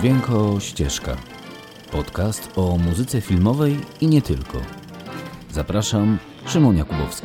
Dźwięko Ścieżka. Podcast o muzyce filmowej i nie tylko. Zapraszam, Szymon Jakubowski.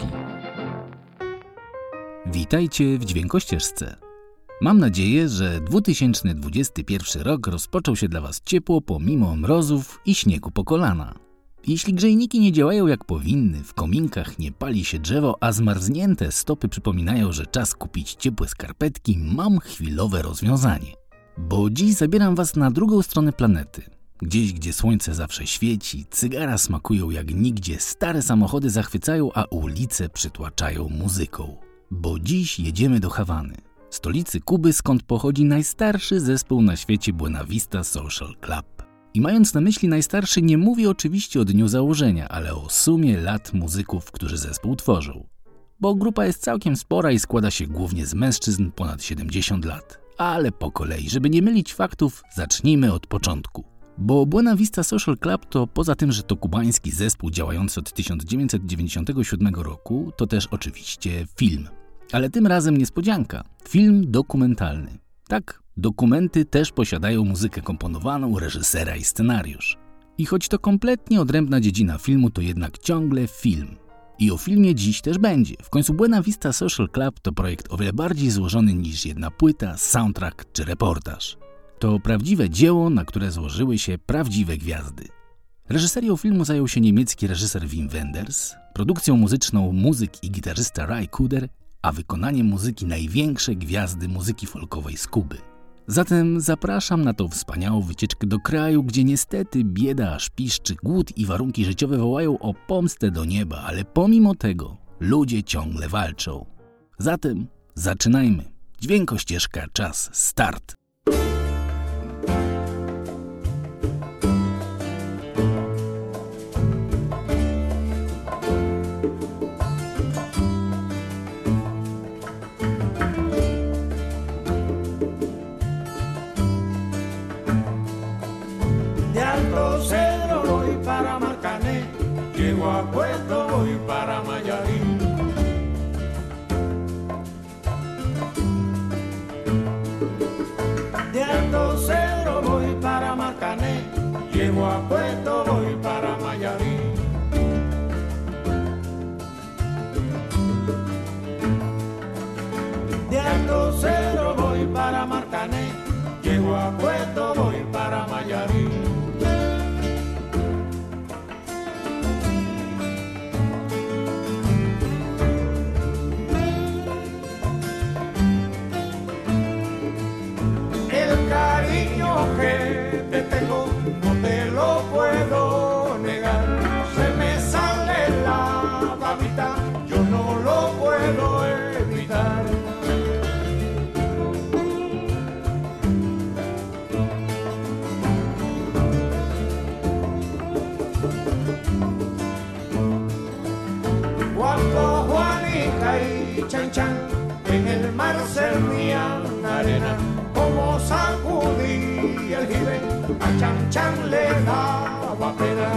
Witajcie w Dźwiękościeżce. Mam nadzieję, że 2021 rok rozpoczął się dla Was ciepło pomimo mrozów i śniegu po kolana. Jeśli grzejniki nie działają jak powinny, w kominkach nie pali się drzewo, a zmarznięte stopy przypominają, że czas kupić ciepłe skarpetki, mam chwilowe rozwiązanie. Bo dziś zabieram Was na drugą stronę planety. Gdzieś, gdzie słońce zawsze świeci, cygara smakują jak nigdzie, stare samochody zachwycają, a ulice przytłaczają muzyką. Bo dziś jedziemy do Hawany, stolicy Kuby, skąd pochodzi najstarszy zespół na świecie Buena Vista Social Club. I mając na myśli najstarszy, nie mówię oczywiście o dniu założenia, ale o sumie lat muzyków, którzy zespół tworzą. Bo grupa jest całkiem spora i składa się głównie z mężczyzn ponad 70 lat. Ale po kolei, żeby nie mylić faktów, zacznijmy od początku. Bo Buena Vista Social Club to poza tym, że to kubański zespół działający od 1997 roku, to też oczywiście film. Ale tym razem niespodzianka. Film dokumentalny. Tak, dokumenty też posiadają muzykę komponowaną, reżysera i scenariusz. I choć to kompletnie odrębna dziedzina filmu, to jednak ciągle film. I o filmie dziś też będzie. W końcu Buena Vista Social Club to projekt o wiele bardziej złożony niż jedna płyta, soundtrack czy reportaż. To prawdziwe dzieło, na które złożyły się prawdziwe gwiazdy. Reżyserią filmu zajął się niemiecki reżyser Wim Wenders, produkcją muzyczną muzyk i gitarzysta Ry Cooder, a wykonaniem muzyki największe gwiazdy muzyki folkowej z Kuby. Zatem zapraszam na tą wspaniałą wycieczkę do kraju, gdzie niestety bieda aż piszczy, głód i warunki życiowe wołają o pomstę do nieba, ale pomimo tego ludzie ciągle walczą. Zatem zaczynajmy. Dźwiękościeżka, czas, start. Llego a Puerto, voy para Mayarí. De Alto Cedro voy para Marcané. Llego a Puerto, voy para Mayarí. De Alto Cedro voy para Marcané. Llego a Puerto, voy para Mayarí. Que te tengo, no te lo puedo negar. Se me sale la babita, yo no lo puedo evitar. Cuando Juanita y Chan Chan en el mar servían arena, como sacudí el jibe, a Chan Chan le daba pena.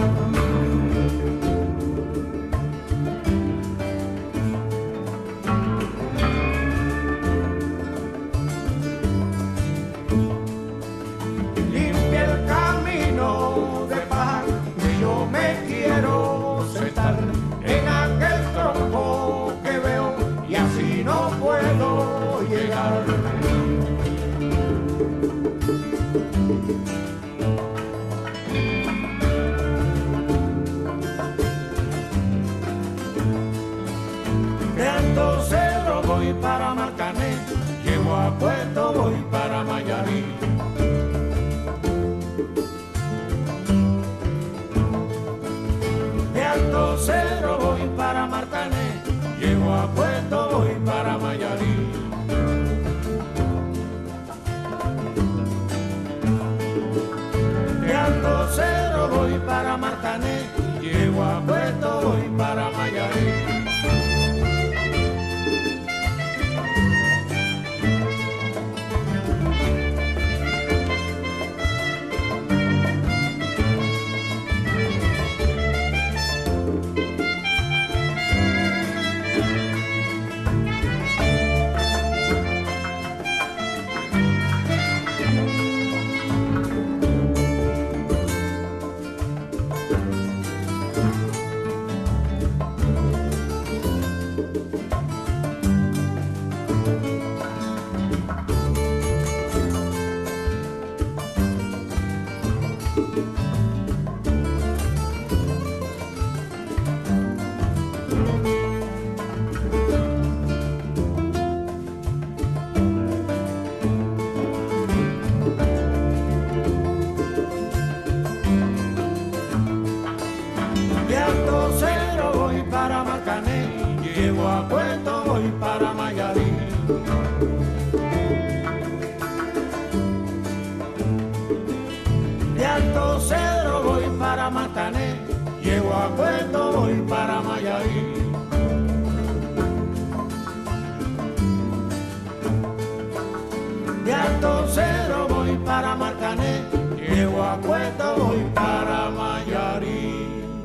Limpia el camino de paz, que yo me quiero sentar en aquel tronco que veo y así no puedo llegar. De Alto Cedro voy para Marcané, llego a Puerto, voy para Mayarí. De Alto Cedro voy para Marcané, llego a Puerto, voy para Mayarí. De Alto Cedro voy para Marcané, llego a Puerto, voy para Mayarí. Puerto Cero voy para Marcané, llego a Cueto voy para Mayarí.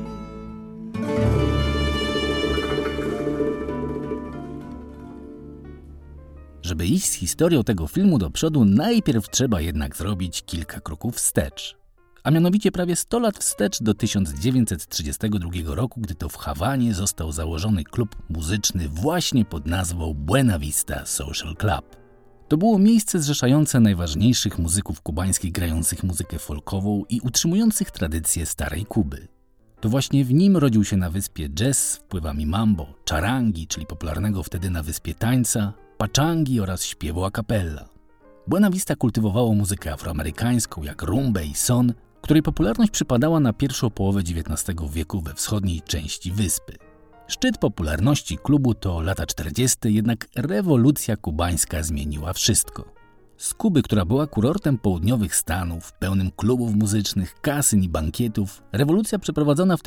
Żeby iść z historią tego filmu do przodu, najpierw trzeba jednak zrobić kilka kroków wstecz. A mianowicie prawie 100 lat wstecz do 1932 roku, gdy to w Hawanie został założony klub muzyczny właśnie pod nazwą Buena Vista Social Club. To było miejsce zrzeszające najważniejszych muzyków kubańskich grających muzykę folkową i utrzymujących tradycje starej Kuby. To właśnie w nim rodził się na wyspie jazz z wpływami mambo, czarangi, czyli popularnego wtedy na wyspie tańca, pachangi oraz śpiewu a cappella. Buena Vista kultywowało muzykę afroamerykańską jak rumbę i son, której popularność przypadała na pierwszą połowę XIX wieku we wschodniej części wyspy. Szczyt popularności klubu to lata 40., jednak rewolucja kubańska zmieniła wszystko. Z Kuby, która była kurortem południowych Stanów, pełnym klubów muzycznych, kasyn i bankietów, rewolucja przeprowadzona w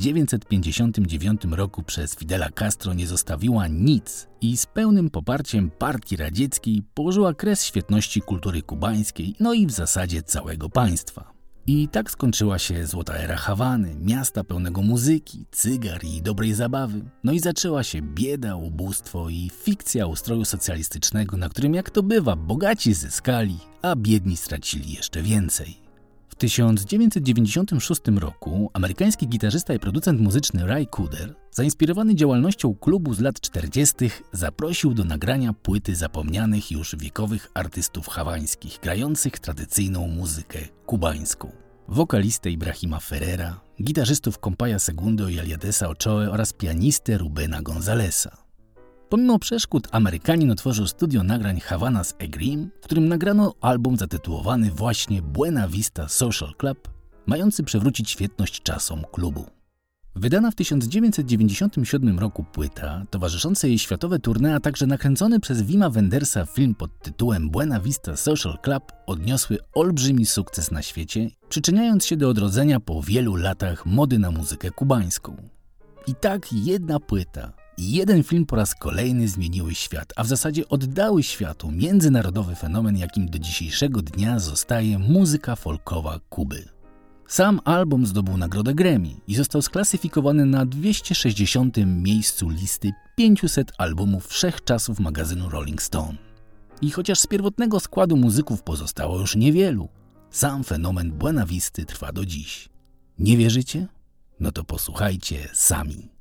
1959 roku przez Fidela Castro nie zostawiła nic i z pełnym poparciem partii radzieckiej położyła kres świetności kultury kubańskiej, no i w zasadzie całego państwa. I tak skończyła się złota era Hawany, miasta pełnego muzyki, cygar i dobrej zabawy. No i zaczęła się bieda, ubóstwo i fikcja ustroju socjalistycznego, na którym jak to bywa, bogaci zyskali, a biedni stracili jeszcze więcej. W 1996 roku amerykański gitarzysta i producent muzyczny Ry Cooder, zainspirowany działalnością klubu z lat 40., zaprosił do nagrania płyty zapomnianych już wiekowych artystów hawańskich, grających tradycyjną muzykę kubańską. Wokalistę Ibrahima Ferrera, gitarzystów Compaya Segundo i Eliadesa Ochoe oraz pianistę Rubena Gonzalesa. Pomimo przeszkód Amerykanin otworzył studio nagrań Havanas A Dream, w którym nagrano album zatytułowany właśnie Buena Vista Social Club, mający przywrócić świetność czasom klubu. Wydana w 1997 roku płyta, towarzyszące jej światowe tournée, a także nakręcony przez Wima Wendersa film pod tytułem Buena Vista Social Club odniosły olbrzymi sukces na świecie, przyczyniając się do odrodzenia po wielu latach mody na muzykę kubańską. I tak jedna płyta i jeden film po raz kolejny zmieniły świat, a w zasadzie oddały światu międzynarodowy fenomen, jakim do dzisiejszego dnia zostaje muzyka folkowa Kuby. Sam album zdobył nagrodę Grammy i został sklasyfikowany na 260. miejscu listy 500 albumów wszechczasów magazynu Rolling Stone. I chociaż z pierwotnego składu muzyków pozostało już niewielu, sam fenomen Buena Visty trwa do dziś. Nie wierzycie? No to posłuchajcie sami.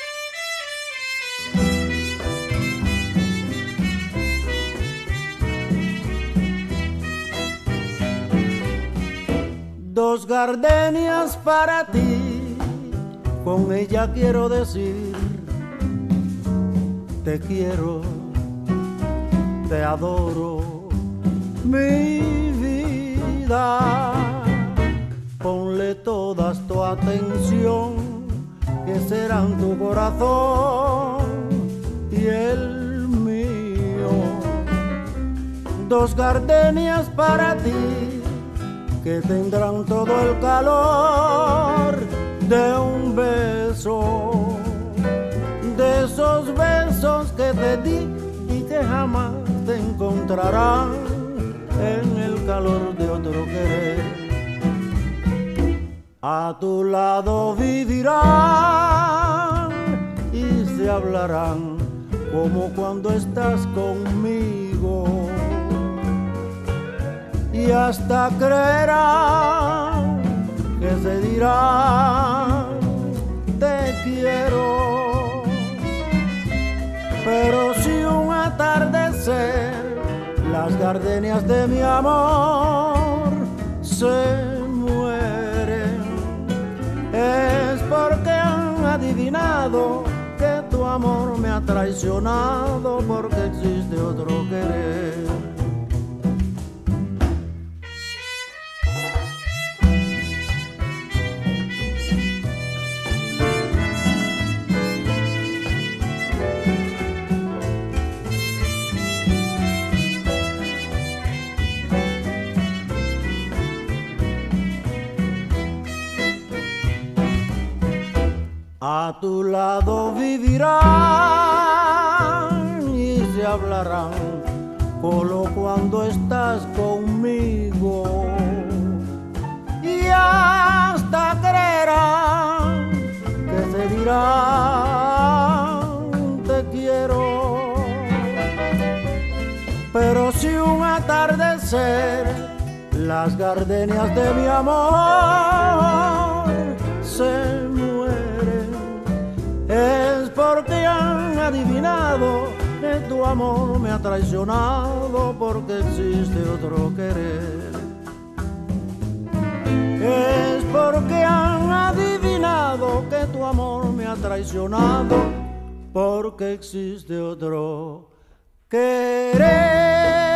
Dos gardenias para ti, con ella quiero decir, te quiero, te adoro, mi vida. Ponle todas tu atención, que serán tu corazón y el mío. Dos gardenias para ti, que tendrán todo el calor de un beso, de esos besos que te di y que jamás te encontrarán en el calor de otro querer. A tu lado vivirán y se hablarán como cuando estás conmigo. Y hasta creerán que se dirán te quiero. Pero si un atardecer las gardenias de mi amor se mueren, es porque han adivinado que tu amor me ha traicionado, porque existe otro querer. A tu lado vivirán y se hablarán solo cuando estás conmigo. Y hasta creerán que se dirán te quiero. Pero si un atardecer las gardenias de mi amor se mueren, es porque han adivinado que tu amor me ha traicionado, porque existe otro querer. Es porque han adivinado que tu amor me ha traicionado, porque existe otro querer.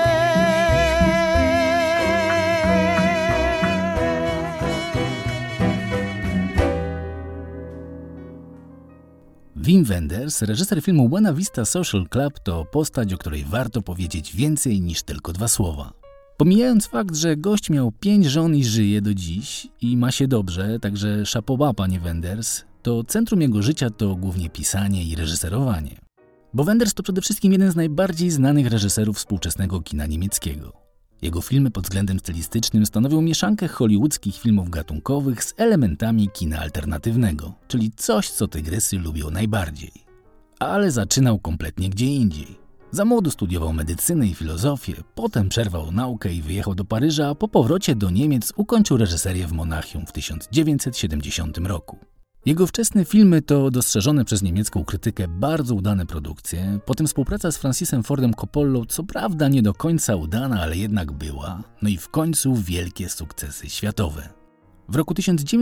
Wim Wenders, reżyser filmu Buena Vista Social Club, to postać, o której warto powiedzieć więcej niż tylko 2 słowa. Pomijając fakt, że gość miał 5 żon i żyje do dziś i ma się dobrze, także chapeau bas, panie Wenders, to centrum jego życia to głównie pisanie i reżyserowanie. Bo Wenders to przede wszystkim jeden z najbardziej znanych reżyserów współczesnego kina niemieckiego. Jego filmy pod względem stylistycznym stanowią mieszankę hollywoodzkich filmów gatunkowych z elementami kina alternatywnego, czyli coś, co tygrysy lubią najbardziej. Ale zaczynał kompletnie gdzie indziej. Za młodu studiował medycynę i filozofię, potem przerwał naukę i wyjechał do Paryża, a po powrocie do Niemiec ukończył reżyserię w Monachium w 1970 roku. Jego wczesne filmy to dostrzeżone przez niemiecką krytykę bardzo udane produkcje, potem współpraca z Francisem Fordem Coppolą, co prawda nie do końca udana, ale jednak była, no i w końcu wielkie sukcesy światowe. W roku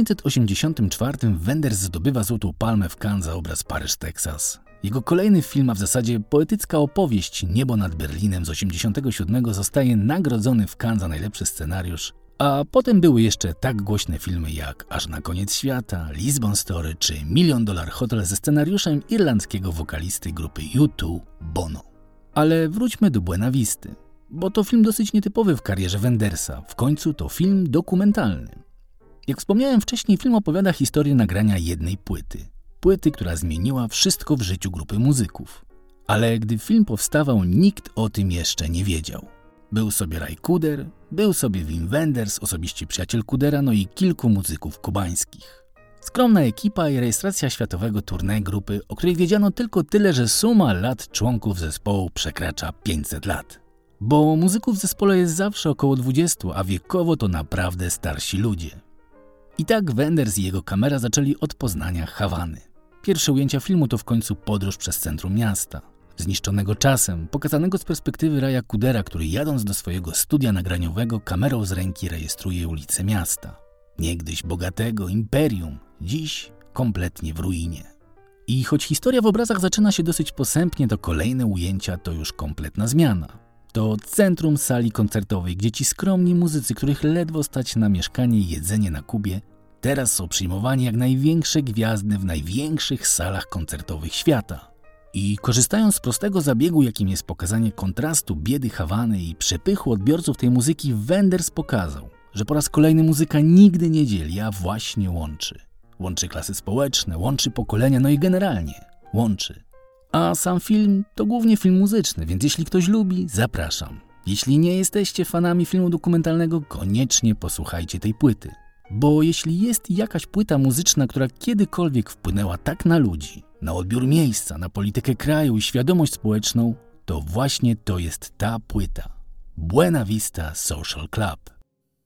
1984 Wenders zdobywa Złotą Palmę w Cannes za obraz Paryż, Teksas. Jego kolejny film, a w zasadzie poetycka opowieść Niebo nad Berlinem z 1987 zostaje nagrodzony w Cannes za najlepszy scenariusz, a potem były jeszcze tak głośne filmy jak Aż na koniec świata, Lisbon Story czy $1 Million Hotel ze scenariuszem irlandzkiego wokalisty grupy U2 Bono. Ale wróćmy do Buena Visty, bo to film dosyć nietypowy w karierze Wendersa, w końcu to film dokumentalny. Jak wspomniałem wcześniej, film opowiada historię nagrania jednej płyty, która zmieniła wszystko w życiu grupy muzyków. Ale gdy film powstawał, nikt o tym jeszcze nie wiedział. Był sobie Ray Cooder, był sobie Wim Wenders, osobiście przyjaciel Coodera, no i kilku muzyków kubańskich. Skromna ekipa i rejestracja światowego tournée grupy, o której wiedziano tylko tyle, że suma lat członków zespołu przekracza 500 lat. Bo muzyków w zespole jest zawsze około 20, a wiekowo to naprawdę starsi ludzie. I tak Wenders i jego kamera zaczęli od poznania Hawany. Pierwsze ujęcia filmu to w końcu podróż przez centrum miasta. Zniszczonego czasem, pokazanego z perspektywy Raya Coodera, który jadąc do swojego studia nagraniowego kamerą z ręki rejestruje ulice miasta. Niegdyś bogatego imperium, dziś kompletnie w ruinie. I choć historia w obrazach zaczyna się dosyć posępnie, to kolejne ujęcia to już kompletna zmiana. To centrum sali koncertowej, gdzie ci skromni muzycy, których ledwo stać na mieszkanie i jedzenie na Kubie, teraz są przyjmowani jak największe gwiazdy w największych salach koncertowych świata. I korzystając z prostego zabiegu, jakim jest pokazanie kontrastu biedy Hawany i przepychu odbiorców tej muzyki, Wenders pokazał, że po raz kolejny muzyka nigdy nie dzieli, a właśnie łączy. Łączy klasy społeczne, łączy pokolenia, no i generalnie łączy. A sam film to głównie film muzyczny, więc jeśli ktoś lubi, zapraszam. Jeśli nie jesteście fanami filmu dokumentalnego, koniecznie posłuchajcie tej płyty. Bo jeśli jest jakaś płyta muzyczna, która kiedykolwiek wpłynęła tak na ludzi, na odbiór miejsca, na politykę kraju i świadomość społeczną, to właśnie to jest ta płyta. Buena Vista Social Club.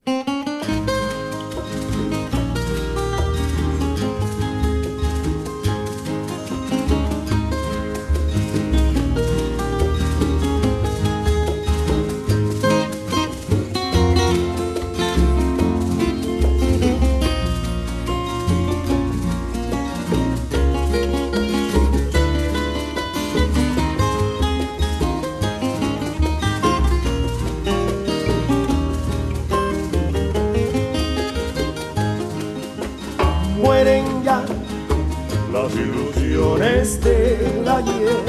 Mueren ya las ilusiones del ayer,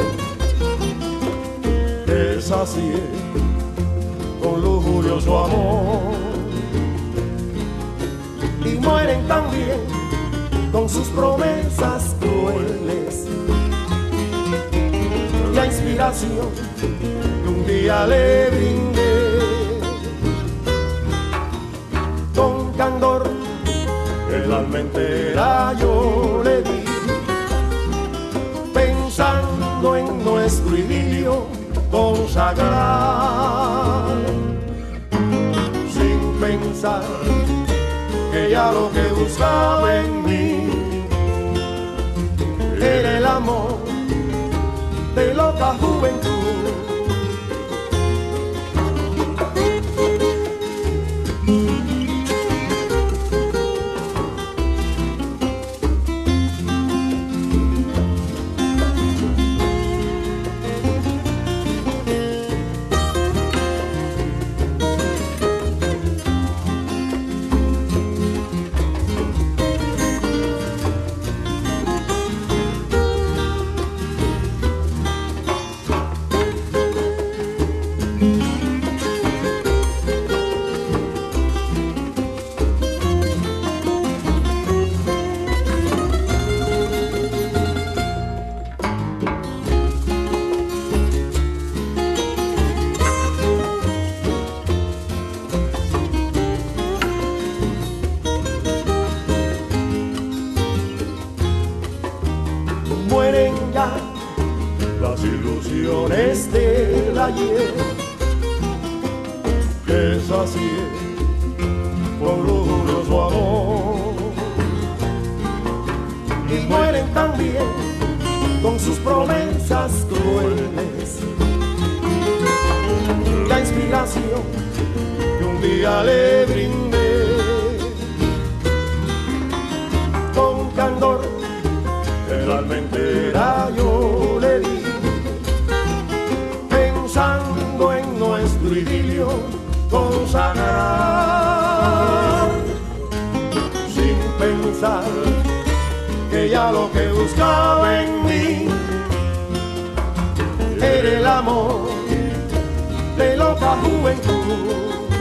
deshacié con lujurioso amor, y mueren también con sus promesas crueles, la inspiración de un día día le brindé con candor, el alma entera yo le di, pensando en nuestro idilio consagrar, sin pensar que ya lo que buscaba en mí era el amor de loca juventud. Mueren ya las ilusiones del ayer, que sacié con lujurioso amor, y mueren también con sus promesas crueles la inspiración que un día le brindé con candor. El alma entera yo le di, pensando en nuestro idilio consagrar, sin pensar que ya lo que buscaba en mí era el amor de loca juventud.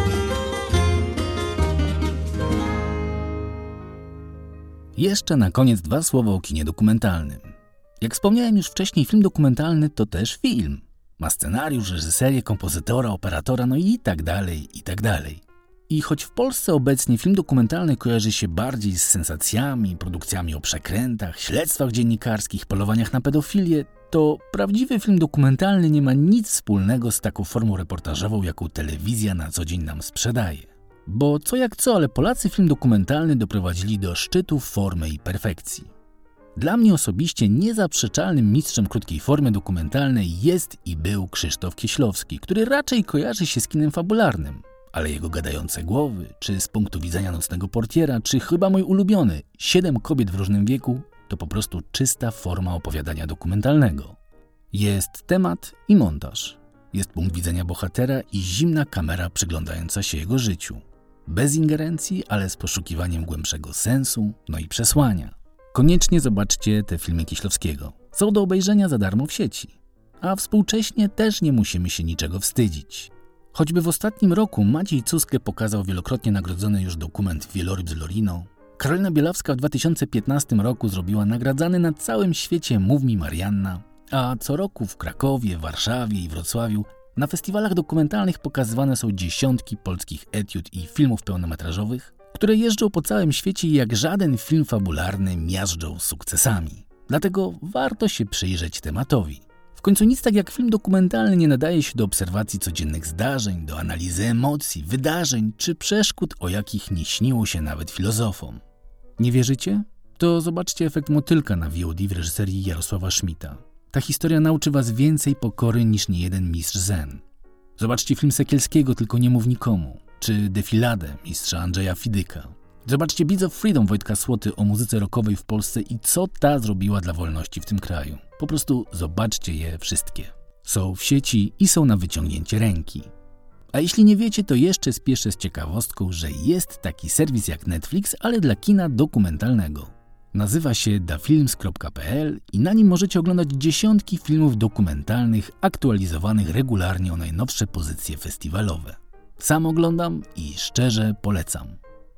Jeszcze na koniec 2 słowa o kinie dokumentalnym. Jak wspomniałem już wcześniej, film dokumentalny to też film. Ma scenariusz, reżyserię, kompozytora, operatora, no i tak dalej, i tak dalej. I choć w Polsce obecnie film dokumentalny kojarzy się bardziej z sensacjami, produkcjami o przekrętach, śledztwach dziennikarskich, polowaniach na pedofilię, to prawdziwy film dokumentalny nie ma nic wspólnego z taką formą reportażową, jaką telewizja na co dzień nam sprzedaje. Bo co jak co, ale Polacy film dokumentalny doprowadzili do szczytu formy i perfekcji. Dla mnie osobiście niezaprzeczalnym mistrzem krótkiej formy dokumentalnej jest i był Krzysztof Kieślowski, który raczej kojarzy się z kinem fabularnym, ale jego gadające głowy, czy z punktu widzenia Nocnego portiera, czy chyba mój ulubiony 7 kobiet w różnym wieku, to po prostu czysta forma opowiadania dokumentalnego. Jest temat i montaż. Jest punkt widzenia bohatera i zimna kamera przyglądająca się jego życiu. Bez ingerencji, ale z poszukiwaniem głębszego sensu, no i przesłania. Koniecznie zobaczcie te filmy Kieślowskiego. Są do obejrzenia za darmo w sieci. A współcześnie też nie musimy się niczego wstydzić. Choćby w ostatnim roku Maciej Cuskę pokazał wielokrotnie nagrodzony już dokument Wieloryb z Lorino. Karolina Bielawska w 2015 roku zrobiła nagradzany na całym świecie Mów mi Marianna. A co roku w Krakowie, Warszawie i Wrocławiu na festiwalach dokumentalnych pokazywane są dziesiątki polskich etiud i filmów pełnometrażowych, które jeżdżą po całym świecie i jak żaden film fabularny miażdżą sukcesami. Dlatego warto się przyjrzeć tematowi. W końcu nic tak jak film dokumentalny nie nadaje się do obserwacji codziennych zdarzeń, do analizy emocji, wydarzeń czy przeszkód, o jakich nie śniło się nawet filozofom. Nie wierzycie? To zobaczcie Efekt motylka na VOD w reżyserii Jarosława Szmita. Ta historia nauczy was więcej pokory niż niejeden mistrz zen. Zobaczcie film Sekielskiego Tylko nie mów nikomu, czy Defiladę mistrza Andrzeja Fidyka. Zobaczcie Beats of Freedom Wojtka Słoty o muzyce rockowej w Polsce i co ta zrobiła dla wolności w tym kraju. Po prostu zobaczcie je wszystkie. Są w sieci i są na wyciągnięcie ręki. A jeśli nie wiecie, to jeszcze spieszę z ciekawostką, że jest taki serwis jak Netflix, ale dla kina dokumentalnego. Nazywa się dafilms.pl i na nim możecie oglądać dziesiątki filmów dokumentalnych aktualizowanych regularnie o najnowsze pozycje festiwalowe. Sam oglądam i szczerze polecam.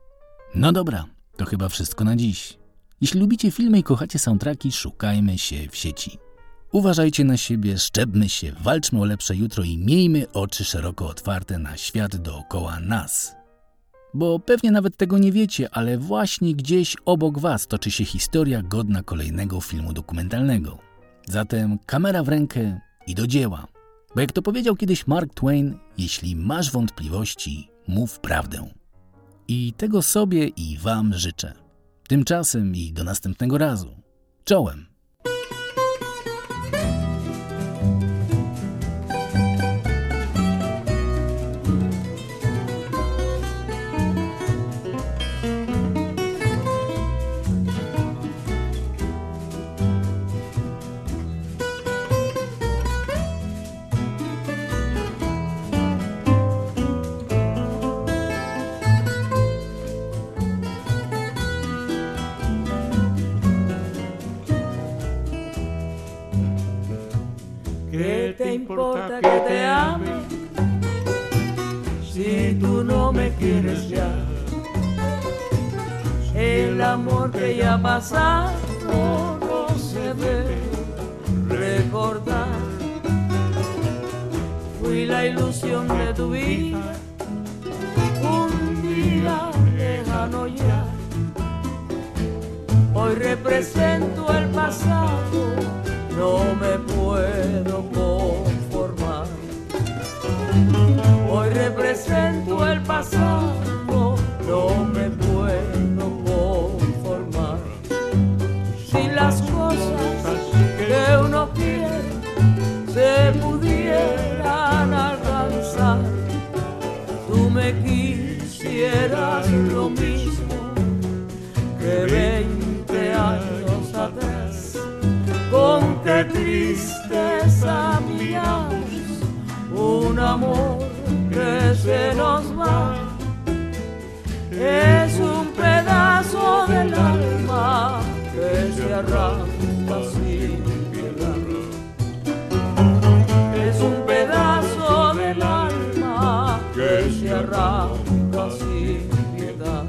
No dobra, to chyba wszystko na dziś. Jeśli lubicie filmy i kochacie soundtracki, szukajmy się w sieci. Uważajcie na siebie, szczepmy się, walczmy o lepsze jutro i miejmy oczy szeroko otwarte na świat dookoła nas. Bo pewnie nawet tego nie wiecie, ale właśnie gdzieś obok was toczy się historia godna kolejnego filmu dokumentalnego. Zatem kamera w rękę i do dzieła. Bo jak to powiedział kiedyś Mark Twain, jeśli masz wątpliwości, mów prawdę. I tego sobie i wam życzę. Tymczasem i do następnego razu. Czołem! ¿Qué te importa que te ame si tú no me quieres ya? El amor que ya ha pasado no se debe recordar. Fui la ilusión de tu vida, un día lejano ya. Hoy represento el pasado, no me puedo conformar. Hoy represento el pasado, no me puedo conformar. Si las cosas que uno quiere se pudieran alcanzar, tú me quisieras lo mismo que 20 años atrás. Con qué tristeza miramos un amor que se nos va. Es un pedazo del alma que se arranca sin piedad. Es un pedazo del alma que se arranca sin piedad.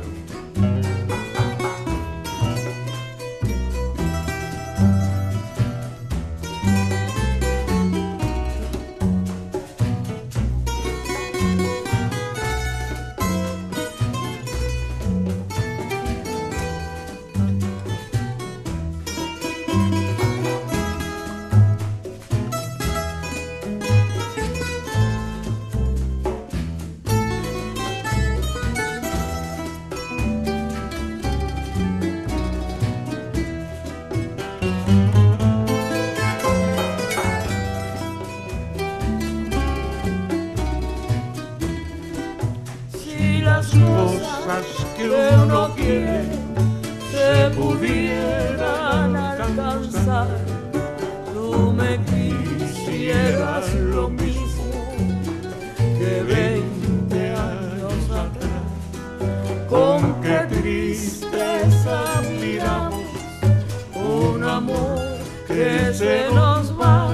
Cosas que uno quiere se pudieran alcanzar, tú me quisieras lo mismo que 20 años atrás. Con qué tristeza miramos un amor que se nos va.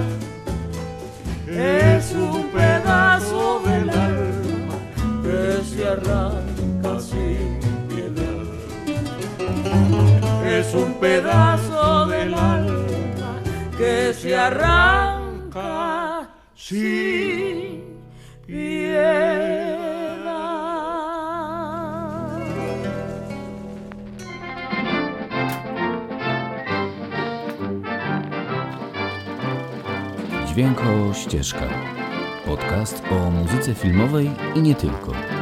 Es un pedazo del alma que se arranca sin piedad. Es un pedazo del alma que se arranca sin piedad. Dźwięko Ścieżka. Podcast o muzyce filmowej i nie tylko.